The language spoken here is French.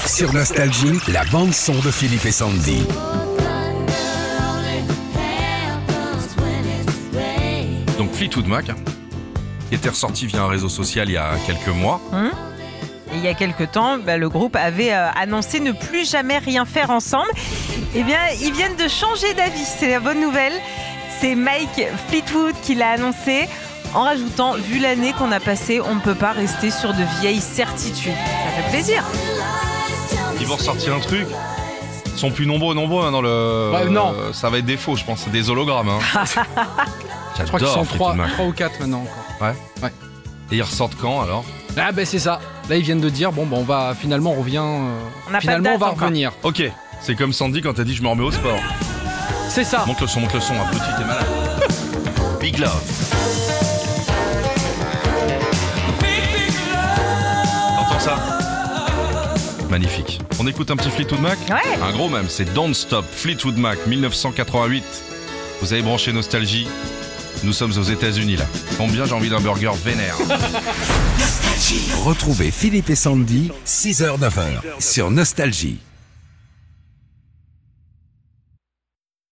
Sur Nostalgie, la bande-son de Philippe et Sandy. Donc Fleetwood Mac, qui était ressorti via un réseau social il y a quelques mois. Et il y a quelques temps, le groupe avait annoncé ne plus jamais rien faire ensemble. Eh bien, ils viennent de changer d'avis. C'est la bonne nouvelle. C'est Mike Fleetwood qui l'a annoncé en rajoutant « Vu l'année qu'on a passée, on ne peut pas rester sur de vieilles certitudes. » Ça fait plaisir. Ils vont ressortir un truc. Ils sont plus nombreux dans le... Ouais, non. Ça va être des faux, je pense. C'est des hologrammes. Je crois qu'ils sont Fleetwood 3 Mac. ou 4 maintenant encore. Ouais. Et ils ressortent quand alors? Ah c'est ça. Là ils viennent de dire on va finalement on revient. On n'a pas de Finalement date on va encore. revenir. Ok, c'est comme Sandy quand t'as dit je me remets au sport. C'est ça. Monte le son, un petit, t'es malade. Big Love. T'entends ça? Magnifique. On écoute un petit Fleetwood Mac? Ouais. Un gros même, c'est Don't Stop, Fleetwood Mac, 1988. Vous avez branché Nostalgie. Nous sommes aux États-Unis là. Combien j'ai envie d'un burger vénère. Retrouvez Philippe et Sandy, 6h-9h, sur Nostalgie.